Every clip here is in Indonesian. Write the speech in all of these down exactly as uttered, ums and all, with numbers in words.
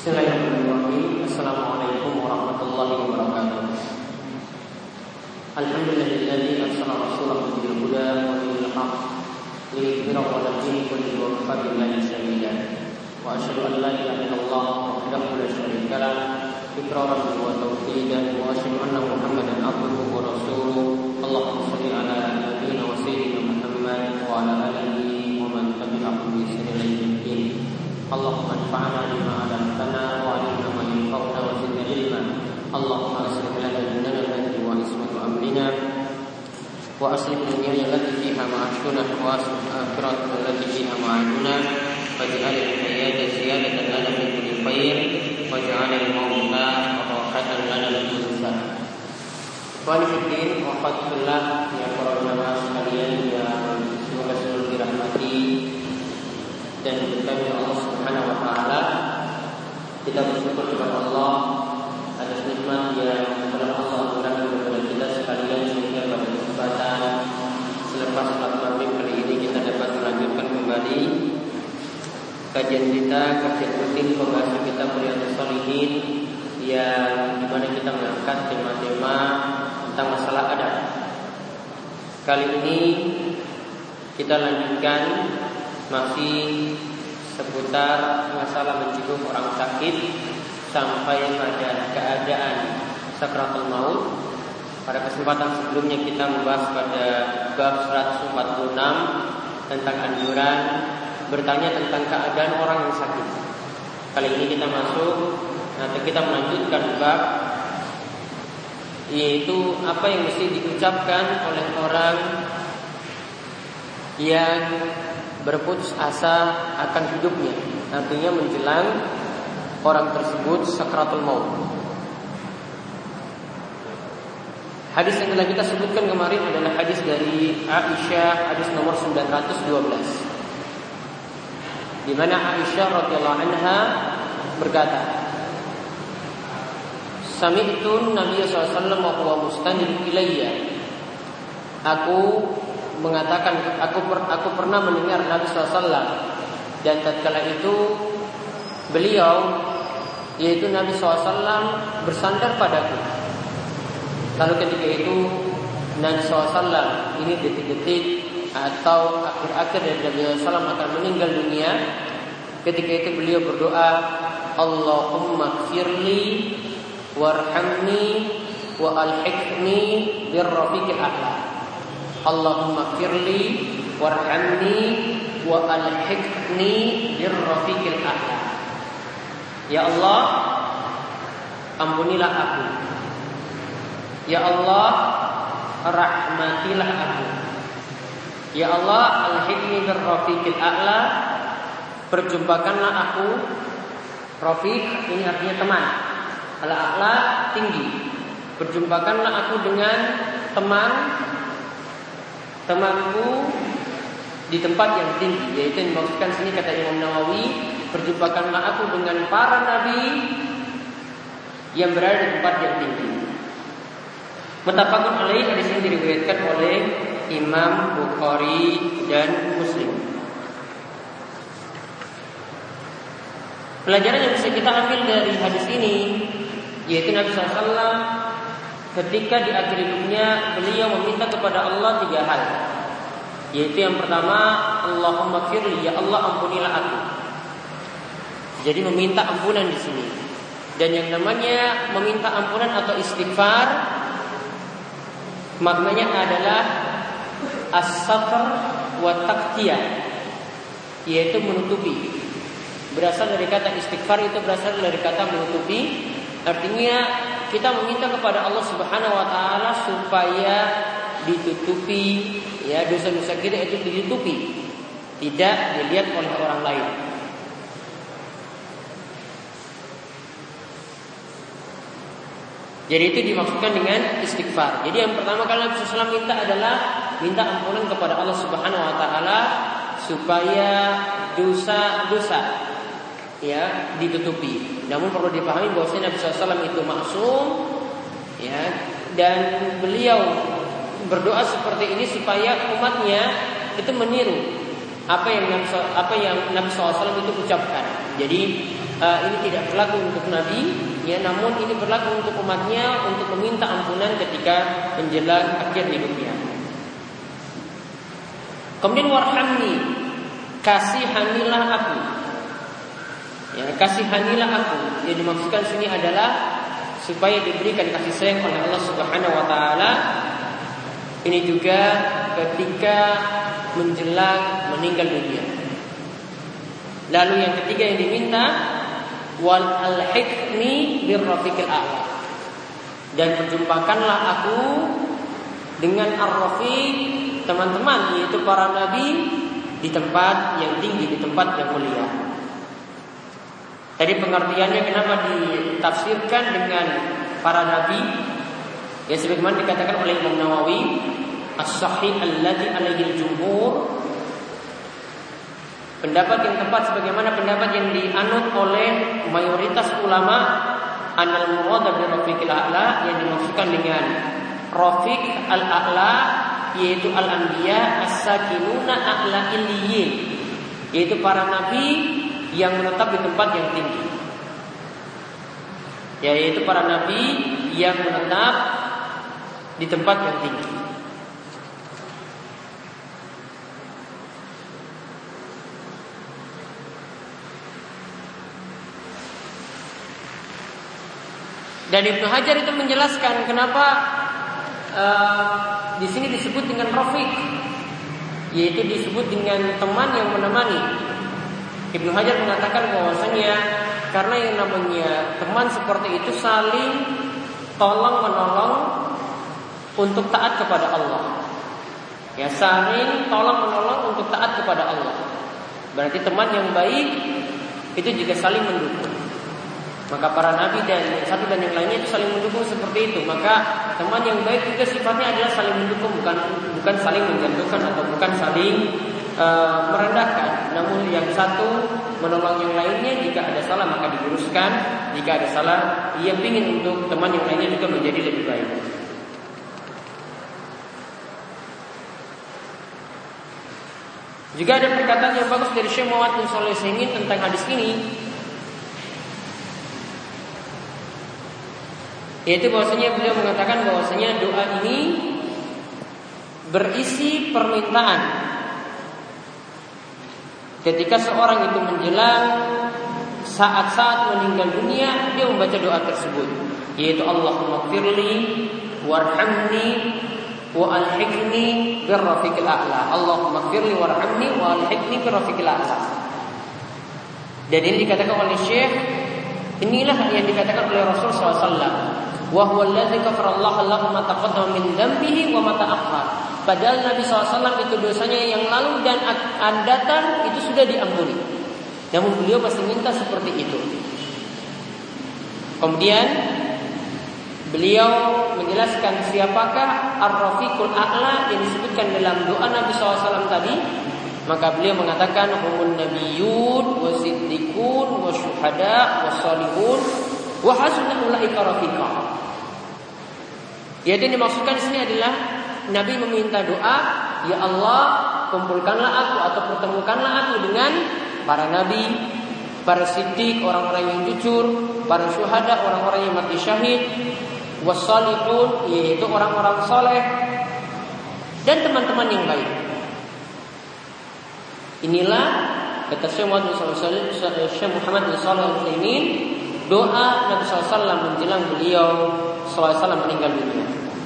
Bismillahirrahmanirrahim. Assalamualaikum warahmatullahi wabarakatuh. Alhamdulillahilladzi arsala rasulahu bil huda wa dinil haqq liyudhhirahu 'ala dini kullihi wa kafa billahi shahida. Wa asyhadu an la ilaha illallah wahdahu la syarika lah iqraran wa tawhidan wa asyhadu anna Muhammadan abduhu wa rasuluh. Allahumma shalli 'ala nabiyyina wa sayyidina Muhammad wa 'ala alihi wa man tabi'ahum bi ihsan ila yaumil din. Allahumma anfa'na bima 'allamtana wa 'allimna ma yanfa'una wa zidna ilma. Allahumma aslih lana dinana alladhi huwa ismatu amrina wa aslih dunyana allati fiha ma'ashuna wa aslih akhiratana allati fiha ma'aduna waj'al al-hayata ziyadatan lana min kulli khair waj'al al-mauta rahatan lana min kulli syarr. Wa fiddin wa fadlillah ya para ulama sekalian yang semoga selalu dirahmati dan diberkahi Allah Subhanahu wa taala. Kita bersyukur kepada Allah atas nikmat yang telah Allah berikan kepada kita sekalian, sehingga pada kesempatan selepas salat maghrib kali ini kita dapat melanjutkan kembali kajian kita, kajian rutin pembahasan kita Riyadhus Shalihin, yang dimana kita mengangkat tema-tema tentang masalah adab. Kali ini kita lanjutkan masih seputar masalah menjenguk orang sakit sampai pada keadaan sakratul maut. Pada kesempatan sebelumnya kita membahas pada bab seratus empat puluh enam tentang anjuran bertanya tentang keadaan orang yang sakit. Kali ini kita masuk atau kita melanjutkan bab, yaitu apa yang mesti diucapkan oleh orang yang berputus asa akan hidupnya, artinya menjelang orang tersebut sakratul maut. Hadis yang telah kita sebutkan kemarin adalah hadis dari Aisyah, hadis nomor sembilan ratus dua belas, di mana Aisyah radhiyallahu anha berkata, "Sami'tu Nabi sallallahu alaihi wasallam wa huwa mustanid ilayya." Aku mengatakan aku per, aku pernah mendengar Nabi sallallahu alaihi wasallam, dan tatkala itu beliau, yaitu Nabi sallallahu alaihi wasallam, bersandar padaku. Lalu ketika itu Nabi sallallahu alaihi wasallam, ini detik-detik atau akhir-akhir dari Nabi sallallahu alaihi wasallam akan meninggal dunia. Ketika itu beliau berdoa, Allahumma gfirli warhamni wa alhiqni birrafiqil a'la. Allahumma gfirli warhamni wa alhiqni birrafiqil a'la. Ya Allah, ampunilah aku. Ya Allah, rahmatilah aku. Ya Allah, alhiqni birrafiqil a'la. Perjumpakanlah aku. Rafiq ini artinya teman. Al-a'la tinggi. Perjumpakanlah aku dengan teman temanku di tempat yang tinggi, yaitu yang dimaksudkan sini kata Imam Nawawi, perjumpakanlah aku dengan para nabi yang berada di tempat yang tinggi. Muttafaqun alaih, hadis ini diriwayatkan oleh Imam Bukhari dan Muslim. Pelajaran yang bisa kita ambil dari hadis ini, yaitu Nabi sallallahu alaihi wasallam ketika di akhir hidupnya beliau meminta kepada Allah tiga hal, yaitu yang pertama, Allahumma gfirli, ya Allah ampunilah aku. Jadi meminta ampunan di sini. Dan yang namanya meminta ampunan atau istighfar, maknanya adalah as-satr wa taqtiyah, yaitu menutupi. Berasal dari kata istighfar, itu berasal dari kata menutupi. Artinya kita meminta kepada Allah Subhanahu wa taala supaya ditutupi, ya, dosa-dosa kita itu ditutupi, tidak dilihat oleh orang lain. Jadi itu dimaksudkan dengan istighfar. Jadi yang pertama kali Nabi sallallahu alaihi wasallam minta adalah minta ampunan kepada Allah Subhanahu wa taala supaya dosa-dosa, ya, ditutupi. Namun perlu dipahami bahwa Nabi sallallahu alaihi wasallam itu maksum, ya, dan beliau berdoa seperti ini supaya umatnya itu meniru apa yang Nabi, apa yang Nabi sallallahu alaihi wasallam itu ucapkan. Jadi uh, ini tidak berlaku untuk Nabi, ya, namun ini berlaku untuk umatnya untuk meminta ampunan ketika menjelang akhir hidupnya. Kemudian warhamni, kasihanilah aku. Ya, kasihanilah aku. Yang dimaksudkan sini adalah supaya diberikan kasih sayang oleh Allah Subhanahu wa taala. Ini juga ketika menjelang meninggal dunia. Lalu yang ketiga yang diminta, wal alhiqni birrafiqil a'la. Dan perjumpakanlah aku dengan ar-rafiq, teman-teman, yaitu para nabi di tempat yang tinggi, di tempat yang mulia. Tadi pengertiannya kenapa ditafsirkan dengan para nabi? Ya, sebagaimana dikatakan oleh Imam Nawawi, as-sahih alladzi alaihi al-jumhur, pendapat yang tepat sebagaimana pendapat yang dianut oleh mayoritas ulama, anal murad bi rafiqil a'la, yang dimaksudkan dengan rafiq al-a'la yaitu al-anbiya as-sakinuna a'la illiyin, yaitu para nabi yang menetap di tempat yang tinggi, yaitu para nabi yang menetap di tempat yang tinggi. Dan Ibnu Hajar itu menjelaskan kenapa uh, di sini disebut dengan rafiq, yaitu disebut dengan teman yang menemani. Ibnu Hajar mengatakan bahwasanya karena yang namanya teman seperti itu saling tolong menolong untuk taat kepada Allah. Ya, saling tolong menolong untuk taat kepada Allah. Berarti teman yang baik itu juga saling mendukung. Maka para nabi dan yang satu dan yang lainnya itu saling mendukung seperti itu. Maka teman yang baik juga sifatnya adalah saling mendukung, bukan bukan saling menjatuhkan atau bukan saling uh, merendahkan. Namun yang satu menolong yang lainnya, jika ada salah maka diluruskan, jika ada salah ia ingin untuk teman yang lainnya juga menjadi lebih baik. Juga ada perkataan yang bagus dari Syekh Muhammad bin Shalih Al-Utsaimin tentang hadis ini, yaitu bahwasanya beliau mengatakan bahwasanya doa ini berisi permintaan. Ketika seorang itu menjelang saat-saat meninggal dunia, dia membaca doa tersebut, yaitu Allahumma gfirli warhamni wa alhiqni birrafiqil a'la. Allahumma gfirli warhamni wa alhiqni birrafiqil a'la. Dan ini dikatakan oleh Syekh, inilah yang dikatakan oleh Rasul sallallahu alaihi wasallam, wa huwa allazi ghafara Allahu lahu ma taqaddama min dhanbihi wa ma ta'akhkhar. Padahal Nabi sallallahu alaihi wasallam itu dosanya yang lalu dan akan datang itu sudah diampuni. Namun beliau masih minta seperti itu. Kemudian beliau menjelaskan siapakah Ar-Rafiqul A'la yang disebutkan dalam doa Nabi sallallahu alaihi wasallam tadi. Maka beliau mengatakan humun nabiyyun wa siddiqun wa syuhada wa salihun wa hasuna ulaika rafiqa. Yaitu yang dimaksudkan di sini adalah Nabi meminta doa, ya Allah, kumpulkanlah aku atau pertemukanlah aku dengan para nabi, para siddiq, orang-orang yang jujur, para syuhada, orang-orang yang mati syahid, wassalihun, yaitu orang-orang soleh, dan teman-teman yang baik. Inilah kata Syekh Muhammad bin Shalih Al-Utsaimin, doa Nabi sallallahu alaihi wasallam menjelang beliau sallallahu alaihi wasallam meninggal dunia.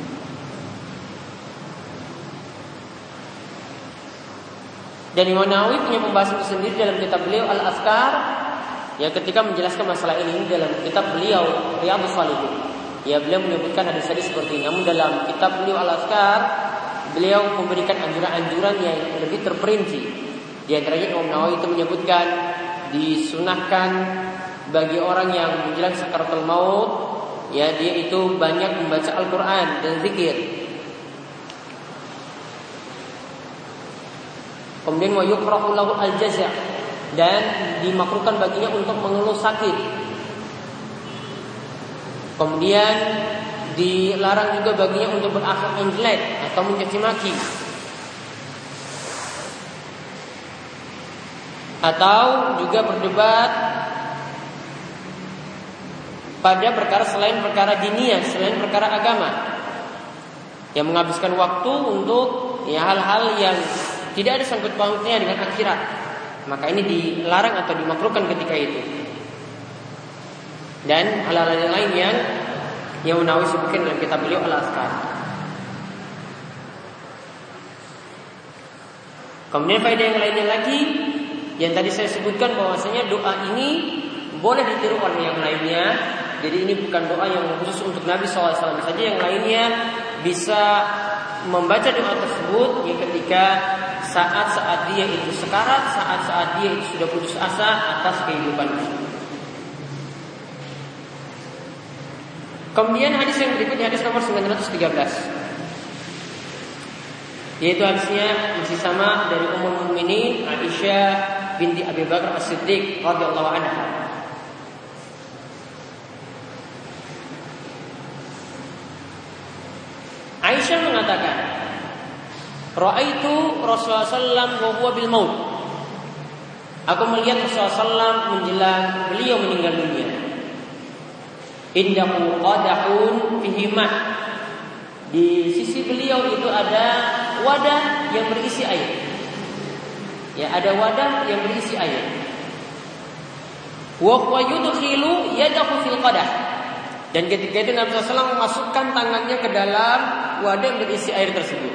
Dan Imam Nawawi punya pembahasan tersendiri dalam kitab beliau Al-Azkar, ya, ketika menjelaskan masalah ini dalam kitab beliau Riyadhus Shalihin. Ya, beliau menyebutkan hadis-hadis seperti ini. Namun dalam kitab beliau Al-Azkar, beliau memberikan anjuran-anjuran yang lebih terperinci. Di antaranya Imam Nawawi itu menyebutkan disunahkan bagi orang yang menjelang sakaratul maut, ya, dia itu banyak membaca Al-Quran dan zikir. Kemudian wa yukrahu lahu al-jaza', dan dimakruhkan baginya untuk mengeluh sakit. Kemudian dilarang juga baginya untuk berakhlak yang jelek atau mencaci maki, atau juga berdebat pada perkara selain perkara diniyah, selain perkara agama, yang menghabiskan waktu untuk ya hal-hal yang tidak ada sangkut pautnya dengan akhirat, maka ini dilarang atau dimakruhkan ketika itu. Dan hal-hal yang lain yang yang Nawawi sebutkan dalam kitab beliau Al-Azkar. Kemudian faedah yang lainnya lagi yang tadi saya sebutkan bahwasanya doa ini boleh ditiru oleh yang lainnya. Jadi ini bukan doa yang khusus untuk Nabi shallallahu alaihi wasallam saja, yang lainnya bisa membaca doa tersebut ya ketika saat-saat dia itu sekarat, saat-saat dia itu sudah putus asa atas kehidupannya. Kemudian hadis yang berikutnya, hadis nomor sembilan ratus tiga belas, yaitu hadisnya masih sama dari Ummul Mukminin Aisyah binti Abi Bakar As-Siddiq radhiyallahu anha. Aisyah mengatakan, "Ra'aitu Rasulullah sallallahu alaihi wasallam wa huwa bil maut." Aku melihat Rasulullah sallallahu alaihi wasallam menjelang beliau meninggal dunia. Indahu qadahun fihi ma'. Di sisi beliau itu ada wadah yang berisi air. Ya, ada wadah yang berisi air. Wa huwa yudkhilu yadahu fil qadah. Dan ketika itu Nabi shallallahu alaihi wasallam memasukkan tangannya ke dalam wadah yang berisi air tersebut.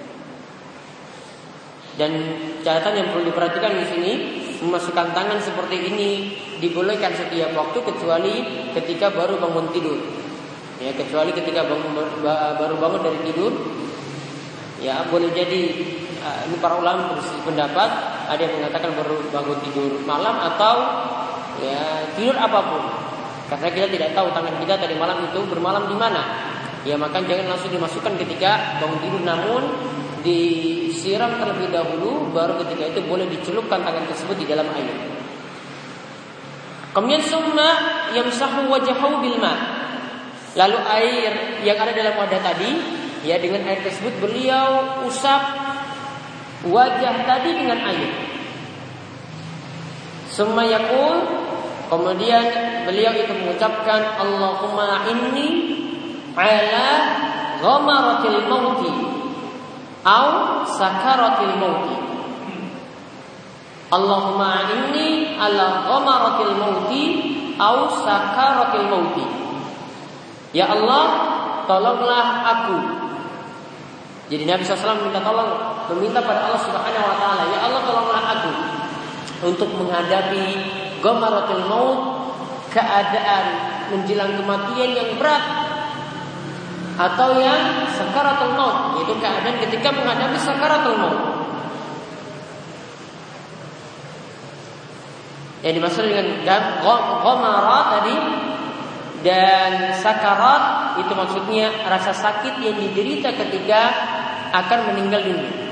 Dan catatan yang perlu diperhatikan di sini, memasukkan tangan seperti ini dibolehkan setiap waktu kecuali ketika baru bangun tidur. Ya, kecuali ketika bangun, baru bangun dari tidur, ya boleh jadi uh, ini para ulama berpendapat, ada yang mengatakan baru bangun tidur malam atau ya tidur apapun. Karena kita tidak tahu tangan kita tadi malam itu bermalam di mana. Ya maka jangan langsung dimasukkan ketika bangun tidur, namun disiram terlebih dahulu, baru ketika itu boleh dicelupkan tangan tersebut di dalam air. Kemudian summa yamsahu wajhahu bil ma'. Lalu air yang ada dalam wadah tadi, ya dengan air tersebut beliau usap wajah tadi dengan air. Summa yaqul, kemudian beliau itu mengucapkan, Allahumma inni ala ghamaratil mauti au sakaratil mauti. Allahumma inni ala ghamaratil mauti au sakaratil mauti. Ya Allah, tolonglah aku. Jadi Nabi shallallahu alaihi wasallam minta tolong, meminta pada Allah Subhanahu wa taala, ya Allah tolonglah aku untuk menghadapi ghamaratul maut, keadaan menjelang kematian yang berat, atau yang sakaratul maut, yaitu keadaan ketika menghadapi sakaratul maut. Yang dimaksud dengan ghamara tadi dan sakarat itu maksudnya rasa sakit yang diderita ketika akan meninggal dunia.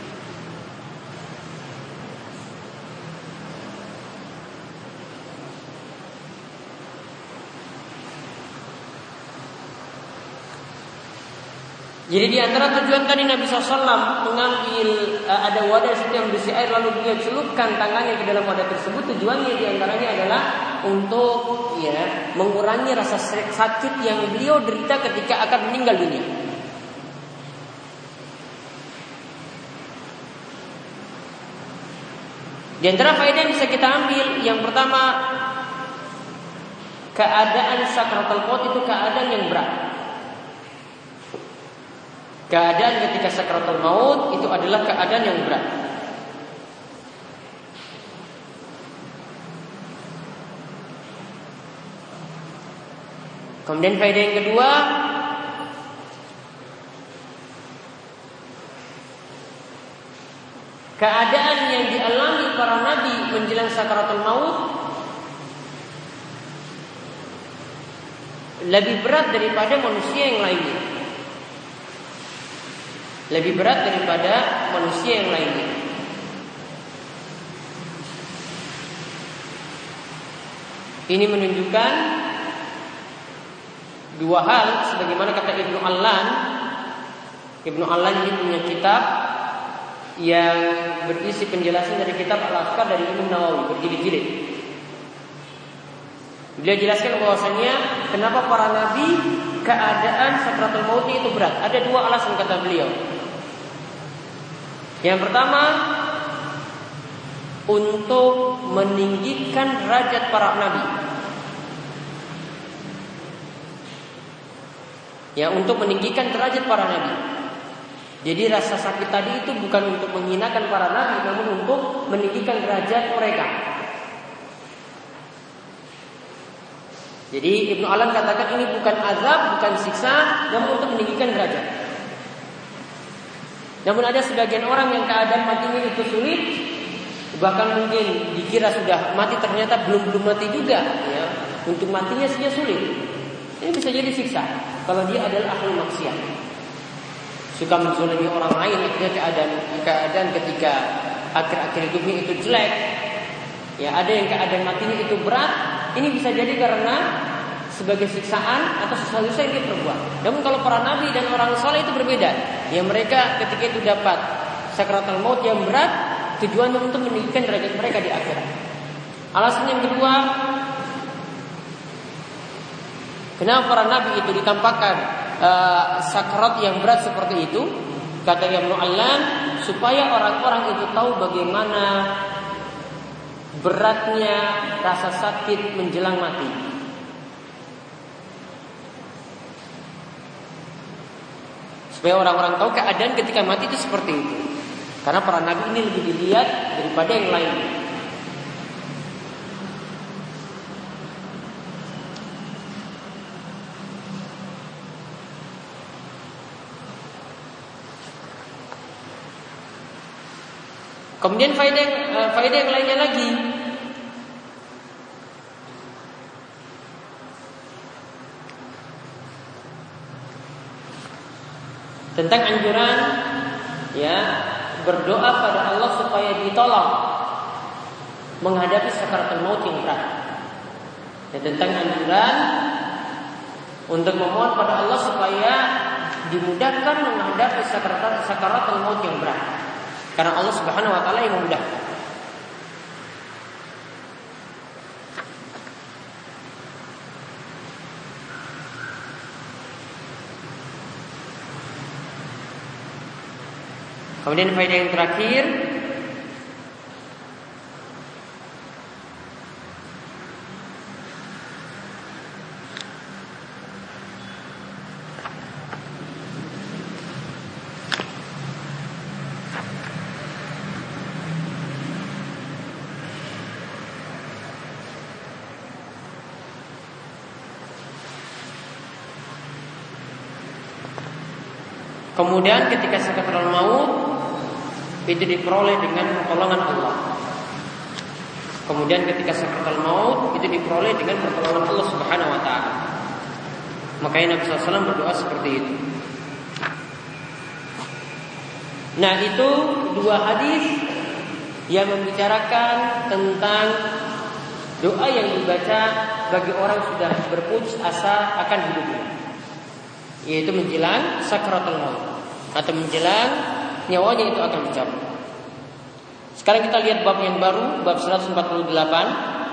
Jadi di antara tujuan tadi Nabi shallallahu alaihi wasallam mengambil uh, ada wadah yang berisi air lalu dia celupkan tangannya ke dalam wadah tersebut, tujuannya di antaranya adalah untuk ya mengurangi rasa sakit yang beliau derita ketika akan meninggal dunia. Di antara faedah yang bisa kita ambil, yang pertama, keadaan sakaratul maut itu keadaan yang berat. Keadaan ketika sakaratul maut itu adalah keadaan yang berat. Kemudian faedah yang kedua, keadaan yang dialami para nabi menjelang sakaratul maut lebih berat daripada manusia yang lainnya. Lebih berat daripada manusia yang lainnya. Ini menunjukkan dua hal, sebagaimana kata Ibnu Allan. Ibnu Allan ini punya kitab yang berisi penjelasan dari kitab Al-Azkar dari Imam Nawawi berjilid-jilid. Beliau jelaskan bahwasanya kenapa para nabi keadaan sakratul mautnya itu berat. Ada dua alasan kata beliau. Yang pertama, untuk meninggikan derajat para nabi. Ya, untuk meninggikan derajat para nabi. Jadi rasa sakit tadi itu bukan untuk menghinakan para nabi, namun untuk meninggikan derajat mereka. Jadi Ibnu Alan katakan ini bukan azab, bukan siksa, namun untuk meninggikan derajat. Namun ada sebagian orang yang keadaan matinya itu sulit, bahkan mungkin dikira sudah mati ternyata belum belum mati juga. Ya, untuk matinya saja sulit. Ini bisa jadi siksa kalau dia adalah ahli maksiat, suka menzalimi orang lain. Dia keadaan keadaan ketika akhir-akhir hidupnya itu jelek. Ya, ada yang keadaan matinya itu berat. Ini bisa jadi karena sebagai siksaan atau sesuatu yang dia perbuat. Namun kalau para nabi dan orang saleh itu berbeda. Ya, mereka ketika itu dapat sakratul maut yang berat, tujuannya untuk meninggikan derajat mereka di akhirat. Alasan yang kedua, kenapa para nabi itu ditampakkan uh, sakrat yang berat seperti itu? Kata Ibnu Allan, supaya orang-orang itu tahu bagaimana beratnya rasa sakit menjelang mati. Supaya orang-orang tahu keadaan ketika mati itu seperti itu. Karena para nabi ini lebih dilihat daripada yang lain. Kemudian faedah faedah yang lainnya lagi, tentang anjuran ya berdoa pada Allah supaya ditolong menghadapi sakaratul maut yang berat. Dan tentang anjuran untuk memohon pada Allah supaya dimudahkan menghadapi sakaratul maut yang berat. Karena Allah Subhanahu wa taala yang memudahkan. Kemudian faedah yang terakhir, kemudian ketika sakaratul maut itu diperoleh dengan pertolongan Allah. Kemudian ketika sakaratul maut itu diperoleh dengan pertolongan Allah Subhanahu wa taala. Makanya Nabi shallallahu alaihi wasallam berdoa seperti itu. Nah, itu dua hadis yang membicarakan tentang doa yang dibaca bagi orang yang sudah berputus asa akan hidupnya, yaitu menjelang sakaratul maut atau menjelang nyawanya itu akan dicabut. Sekarang kita lihat bab yang baru, bab seratus empat puluh delapan,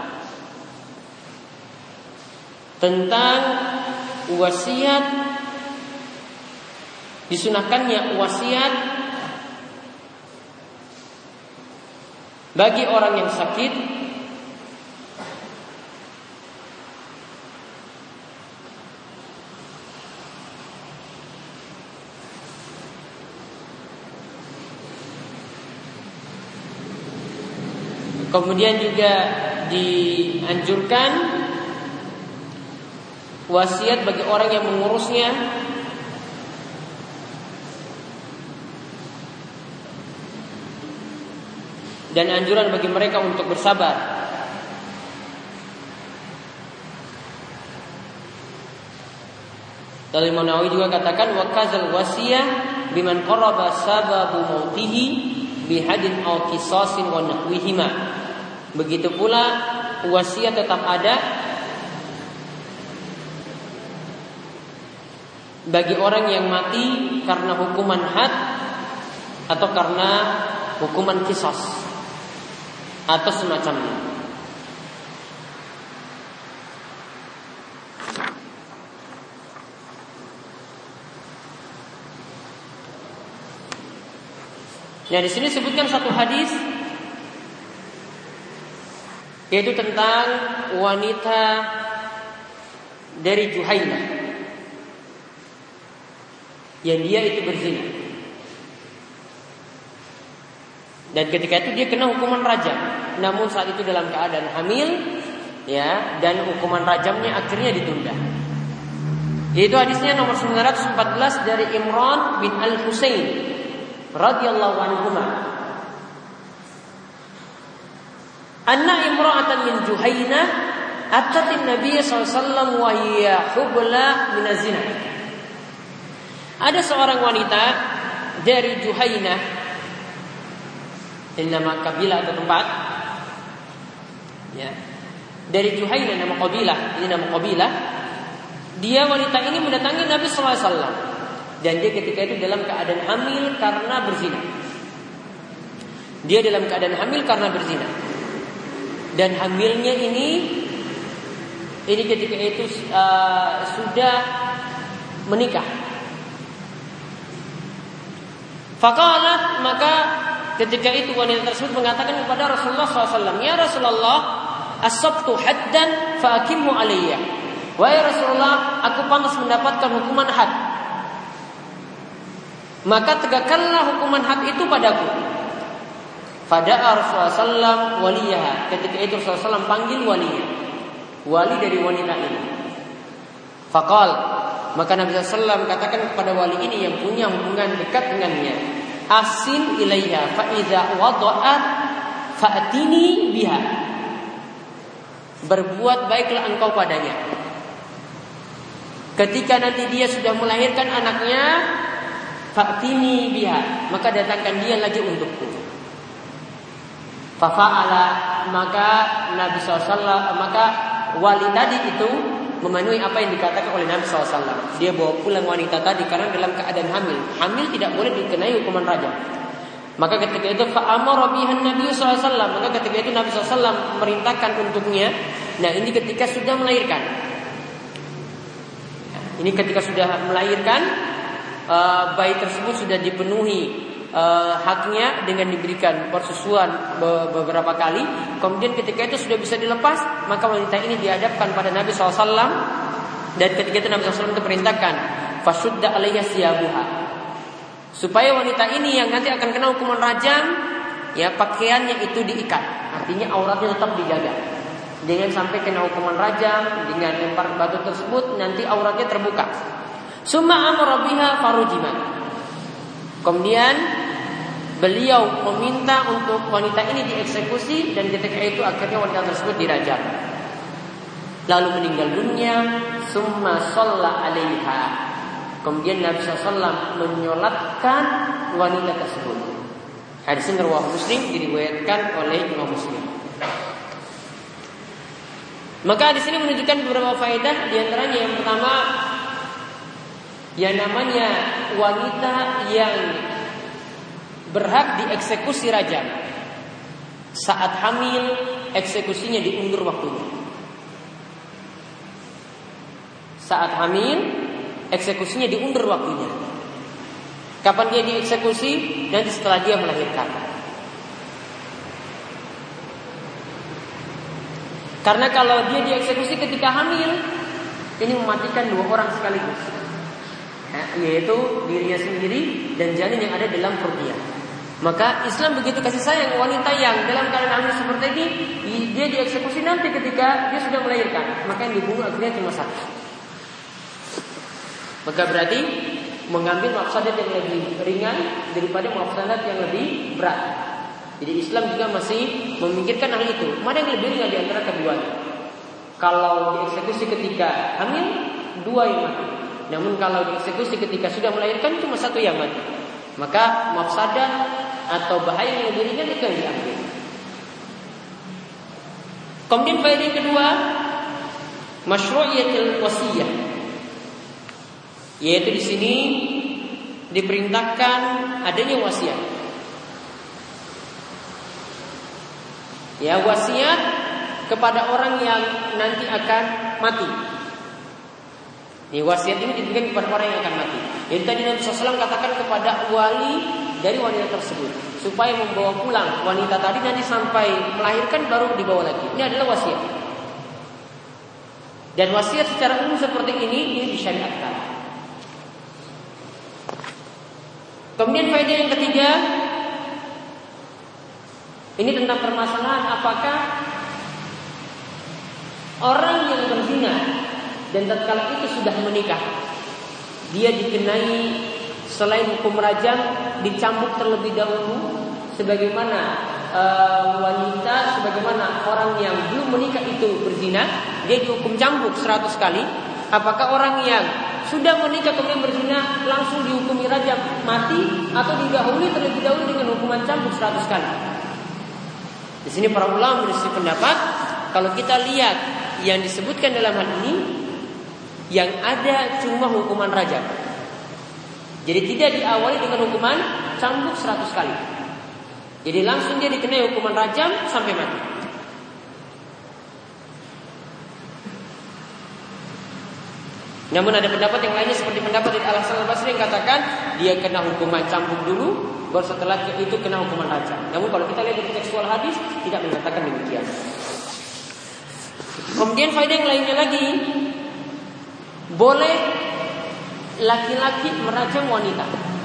tentang wasiat, disunahkannya wasiat bagi orang yang sakit Kemudian juga dianjurkan wasiat bagi orang yang mengurusnya, dan anjuran bagi mereka untuk bersabar. Dan Imam Nawawi juga katakan wa kazal wasiyah biman qaraba sababu mautihi bihadin aw qisasin wa nahwihima. Begitu pula wasiat tetap ada bagi orang yang mati karena hukuman had atau karena hukuman qisas atau semacamnya. Nah, di sini disebutkan satu hadis yaitu tentang wanita dari Juhainah yang dia itu berzina. Dan ketika itu dia kena hukuman rajam. Namun saat itu dalam keadaan hamil, ya, dan hukuman rajamnya akhirnya ditunda. Yaitu hadisnya nomor sembilan ratus empat belas dari Imran bin Al-Husain radhiyallahu anhuma. Anna imra'atan min Juhainah atat an-nabiy sallallahu alaihi wasallam wa hiya hubla min az-zina. Ada seorang wanita dari Juhainah, ini nama kabilah atau tempat, ya. Dari Juhainah, nama kabilah, ini nama kabilah. Dia wanita ini mendatangi Nabi sallallahu alaihi wasallam, dan dia ketika itu dalam keadaan hamil karena berzina. Dia dalam keadaan hamil karena berzina. Dan hamilnya ini ini ketika itu uh, sudah menikah. Faqalat, maka ketika itu wanita tersebut mengatakan kepada Rasulullah sallallahu alaihi wasallam, "Ya Rasulullah, asabtu haddan fa'akimhu alayya." Wahai Rasulullah, aku pantas mendapatkan hukuman had. Maka tegakkanlah hukuman had itu padaku. Fada'a Rasulullah sallallahu alaihi wasallam waliyaha. Ketika itu Rasulullah sallallahu alaihi wasallam panggil walinya, wali dari wanita ini. Faqal, maka Nabi sallallahu alaihi wasallam katakan kepada wali ini yang punya hubungan dekat dengannya, "Asin ilaiha fa idza wada'at fa'tini biha." Berbuat baiklah engkau padanya. Ketika nanti dia sudah melahirkan anaknya, fa'tini biha, maka datangkan dia lagi untukku. Fafa'ala, maka Nabi sallallahu alaihi wasallam, maka wali tadi itu memenuhi apa yang dikatakan oleh Nabi sallallahu alaihi wasallam. Dia bawa pulang wanita tadi karena dalam keadaan hamil. Hamil tidak boleh dikenai hukuman rajam. Maka ketika itu fa'amara bihan Nabi sallallahu alaihi wasallam, maka ketika itu Nabi sallallahu alaihi wasallam merintahkan untuknya. Nah, ini ketika sudah melahirkan. Nah, ini ketika sudah melahirkan, uh, bayi tersebut sudah dipenuhi uh, haknya dengan diberikan persusuan beberapa kali. Kemudian ketika itu sudah bisa dilepas, maka wanita ini dihadapkan pada Nabi sallallahu alaihi wasallam. Dan ketika itu Nabi sallallahu alaihi wasallam itu perintahkan, fasudda alaiha siyabuha, supaya wanita ini yang nanti akan kena hukuman rajam, ya, pakaiannya itu diikat, artinya auratnya tetap dijaga. Jangan sampai kena hukuman rajam dengan lempar batu tersebut nanti auratnya terbuka. Summa amara biha farujiman. Kemudian beliau meminta untuk wanita ini dieksekusi, dan ketika itu akhirnya wanita tersebut dirajam. Lalu meninggal dunia. Summa shalla alaiha. Kemudian Nabi sallallahu alaihi wasallam menyolatkan wanita tersebut. Hadis ini riwayat Muslim, diriwayatkan oleh Imam Muslim. Maka di sini menunjukkan beberapa faedah, di antaranya yang pertama, yang namanya wanita yang berhak dieksekusi rajam saat hamil, eksekusinya diundur waktunya. Saat hamil, eksekusinya diundur waktunya. Kapan dia dieksekusi? Nanti setelah dia melahirkan. Karena kalau dia dieksekusi ketika hamil, ini mematikan dua orang sekaligus, nah, yaitu dirinya sendiri dan janin yang ada dalam perutnya. Maka Islam begitu kasih sayang wanita yang dalam keadaan hamil seperti ini, dia dieksekusi nanti ketika dia sudah melahirkan. Maka yang dibunuh akhirnya cuma satu. Maka berarti mengambil mafsadat yang lebih ringan daripada mafsadat yang lebih berat. Jadi Islam juga masih memikirkan hal itu. Mana yang lebih ringan di antara keduanya? Kalau dieksekusi ketika hamil, dua yang mati. Namun kalau dieksekusi ketika sudah melahirkan, cuma satu yang mati. Maka mafsadat atau bahaya yang lebih ringan itu yang diambil. Kemudian faedah yang kedua, masyru'iyatul wasiyah, yaitu di sini diperintahkan adanya wasiat. Ya, wasiat kepada orang yang nanti akan mati. Ini wasiat ini diberikan kepada orang yang akan mati. Jadi tadi Nabi sallallahu alaihi wasallam katakan kepada wali dari wanita tersebut supaya membawa pulang wanita tadi nanti sampai melahirkan baru dibawa lagi. Ini adalah wasiat. Dan wasiat secara umum seperti ini ini disyariatkan. Kemudian faedah yang ketiga, ini tentang permasalahan apakah orang yang berzina dan tatkala itu sudah menikah, dia dikenai selain hukum rajam dicambuk terlebih dahulu sebagaimana e, wanita, sebagaimana orang yang belum menikah itu berzina, dia dihukum cambuk seratus kali. Apakah orang yang sudah menikah kemudian berzina langsung dihukumi rajam mati atau didahului terlebih dahulu dengan hukuman cambuk seratus kali? Di sini para ulama berselisih pendapat. Kalau kita lihat yang disebutkan dalam hal ini, yang ada cuma hukuman rajam. Jadi tidak diawali dengan hukuman cambuk seratus kali. Jadi langsung dia dikenai hukuman rajam sampai mati. Namun ada pendapat yang lainnya seperti pendapat dari Al-Hasan Al-Basri yang katakan dia kena hukuman cambuk dulu, baru setelah itu kena hukuman rajam. Namun kalau kita lihat dari tekstual hadis tidak mengatakan demikian. Kemudian faedah yang lainnya lagi, boleh laki-laki merajam wanita.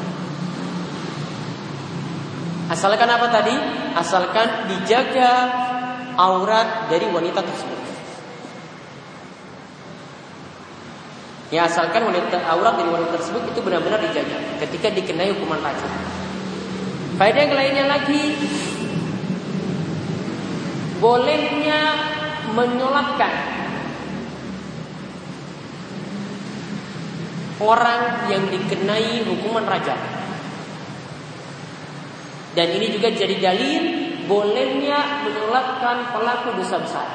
Asalkan apa tadi? Asalkan dijaga aurat dari wanita tersebut. Ya, asalkan wanita aurat dari wanita tersebut itu benar-benar dijaga ketika dikenai hukuman rajam. Faedah yang lainnya lagi, bolehnya menyolatkan orang yang dikenai hukuman rajam. Dan ini juga jadi dalil bolehnya menyolatkan pelaku dosa besar.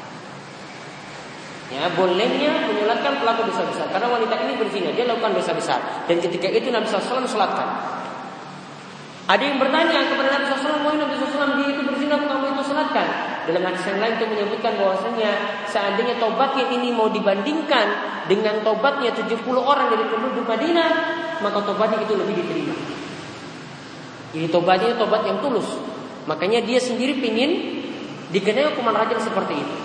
Ya, bolehnya menyolatkan pelaku dosa besar karena wanita ini berzina, dia lakukan dosa besar. Dan ketika itu Nabi shallallahu alaihi wasallam sholatkan. Ada yang bertanya kepada Nabi shallallahu alaihi wasallam, "Wahai Nabi shallallahu alaihi wasallam, dia itu berzina, kamu itu sholatkan?" Dalam hadis yang lain itu menyebutkan bahwasanya seandainya tobatnya ini mau dibandingkan dengan tobatnya tujuh puluh orang dari penduduk Madinah, maka tobatnya itu lebih diterima. Ini tobatnya tobat yang tulus. Makanya dia sendiri pingin dikenai hukuman rajam seperti itu.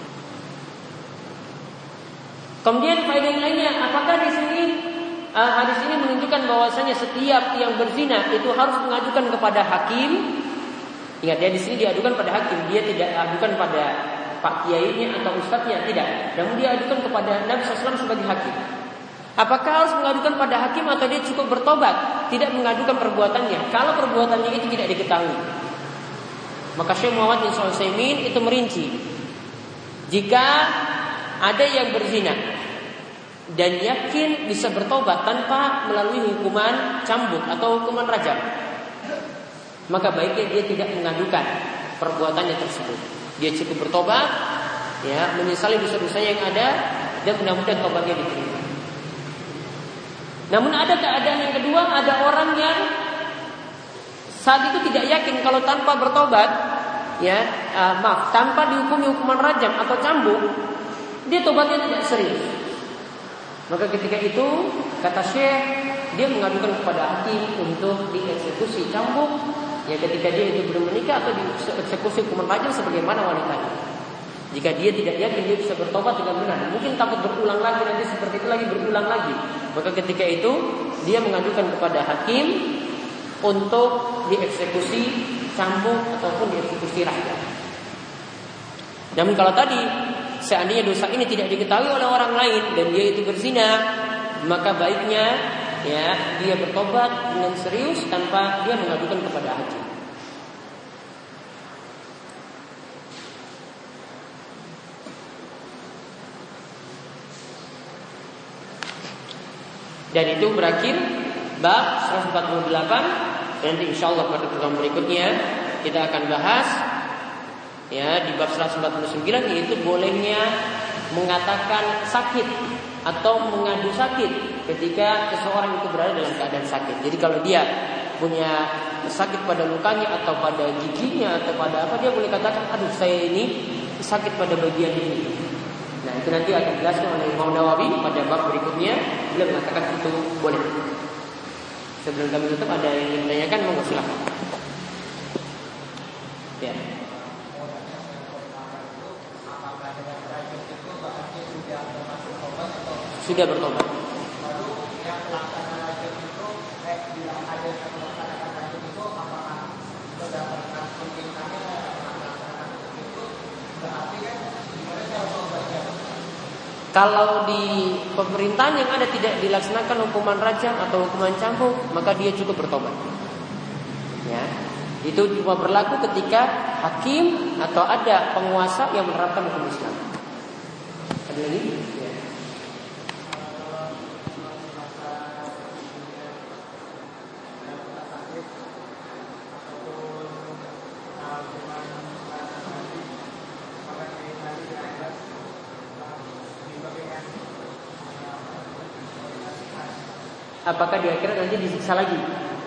Kemudian faedah yang lainnya, apakah di sini uh, hadis ini menunjukkan bahwasanya setiap yang berzina itu harus mengajukan kepada hakim? Ingat ya, di sini diadukan pada hakim, dia tidak adukan pada pak kiainya atau ustadznya, tidak. Namun dia adukan kepada Nabi shallallahu alaihi wasallam sebagai hakim. Apakah harus mengadukan pada hakim atau dia cukup bertobat, tidak mengadukan perbuatannya? Kalau perbuatannya itu tidak diketahui, maka Syekh Muhammad bin Shalih Al-Utsaimin itu merinci, jika ada yang berzina dan yakin bisa bertobat tanpa melalui hukuman cambuk atau hukuman rajam, maka baiknya dia tidak mengadukan perbuatannya tersebut. Dia cukup bertobat, ya, menyesali dosa-dosa yang ada dan mudah-mudahan tobatnya diterima. Namun ada keadaan yang kedua, ada orang yang saat itu tidak yakin kalau tanpa bertobat, ya, uh, maaf, tanpa dihukumi hukuman rajam atau cambuk, dia tobatnya tidak serius. Maka ketika itu kata Syekh, dia mengadukan kepada hakim untuk dieksekusi cambuk, ya, ketika dia itu belum menikah atau dieksekusi hukuman rajam sebagaimana wanita. Jika dia tidak yakin dia bisa bertobat dengan benar, mungkin takut berulang lagi nanti seperti itu lagi berulang lagi, maka ketika itu dia mengadukan kepada hakim untuk dieksekusi cambuk ataupun dieksekusi rajam. Namun kalau tadi seandainya dosa ini tidak diketahui oleh orang lain dan dia itu berzina, maka baiknya, ya, dia bertobat dengan serius tanpa dia mengadukan kepada hakim. Dan itu berakhir bab seratus empat puluh delapan. Dan nanti insyaallah pada pertemuan berikutnya kita akan bahas, ya, di bab seratus empat puluh sembilan, yaitu bolehnya mengatakan sakit atau mengadu sakit ketika seseorang itu berada dalam keadaan sakit. Jadi kalau dia punya sakit pada lukanya atau pada giginya atau pada apa, dia boleh katakan, aduh saya ini sakit pada bagian ini. Nah, itu nanti akan dijelaskan oleh Imam Nawawi pada bab berikutnya. Beliau mengatakan itu boleh. Sebelum kami tutup ada yang ingin ditanyakan, monggo silakan. Ya. Sudah bertobat. Kalau di pemerintahan yang ada tidak dilaksanakan hukuman rajam atau hukuman cambuk, maka dia cukup bertobat. Ya, itu cuma berlaku ketika hakim atau ada penguasa yang menerapkan hukum Islam. Ada lagi? Ya. Apakah di akhirat nanti disiksa lagi?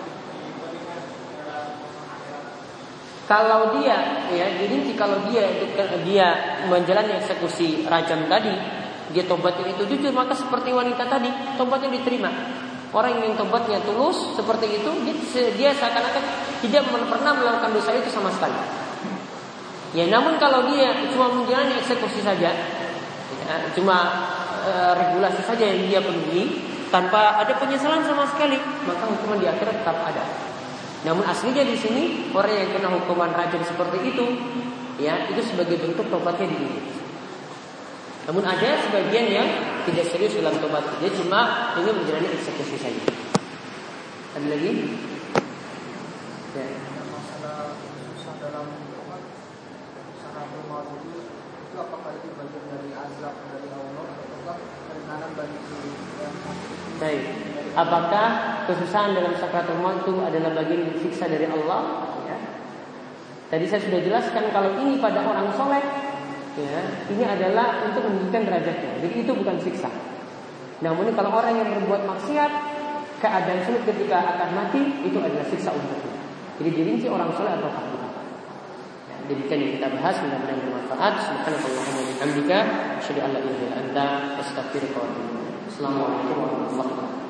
Kalau dia, ya, jadi kalau dia dia menjalani eksekusi rajam tadi, dia tobatnya itu jujur, maka seperti wanita tadi, tobatnya diterima. Orang yang tobatnya tulus seperti itu, dia, dia seakan-akan tidak pernah melakukan dosa itu sama sekali. Ya, namun kalau dia cuma menjalani eksekusi saja, ya, cuma e, regulasi saja yang dia penuhi, tanpa ada penyesalan sama sekali, maka hukuman di akhirat tetap ada. Namun aslinya di sini orang yang kena hukuman rajam seperti itu, ya, itu sebagai bentuk tobatnya diri. Namun ada sebagian yang tidak serius dalam tobat, dia cuma ingin menjalani eksekusi saja. Ada lagi? Ya. Masalah susah dalam tobat, sangat bermalu itu, itu apakah itu bagian dari azab dari Allah atau keringanan bagi yang baik. Apakah kesusahan dalam sakratul maut itu adalah bagian siksa dari Allah? Ya. Tadi saya sudah jelaskan kalau ini pada orang soleh, ya, ini adalah untuk meninggikan derajatnya. Jadi itu bukan siksa. Namun kalau orang yang berbuat maksiat, keadaan sulit ketika akan mati, itu adalah siksa untuknya. Jadi dirinci orang soleh atau kafir. Ya, demikian yang kita bahas, mudah-mudahan bermanfaat. Subhanallahumma wa bihamdika, asyhadu an la ilaha illa anta, astaghfiruka wa atubu ilaik. Assalamualaikum warahmatullahi wabarakatuh.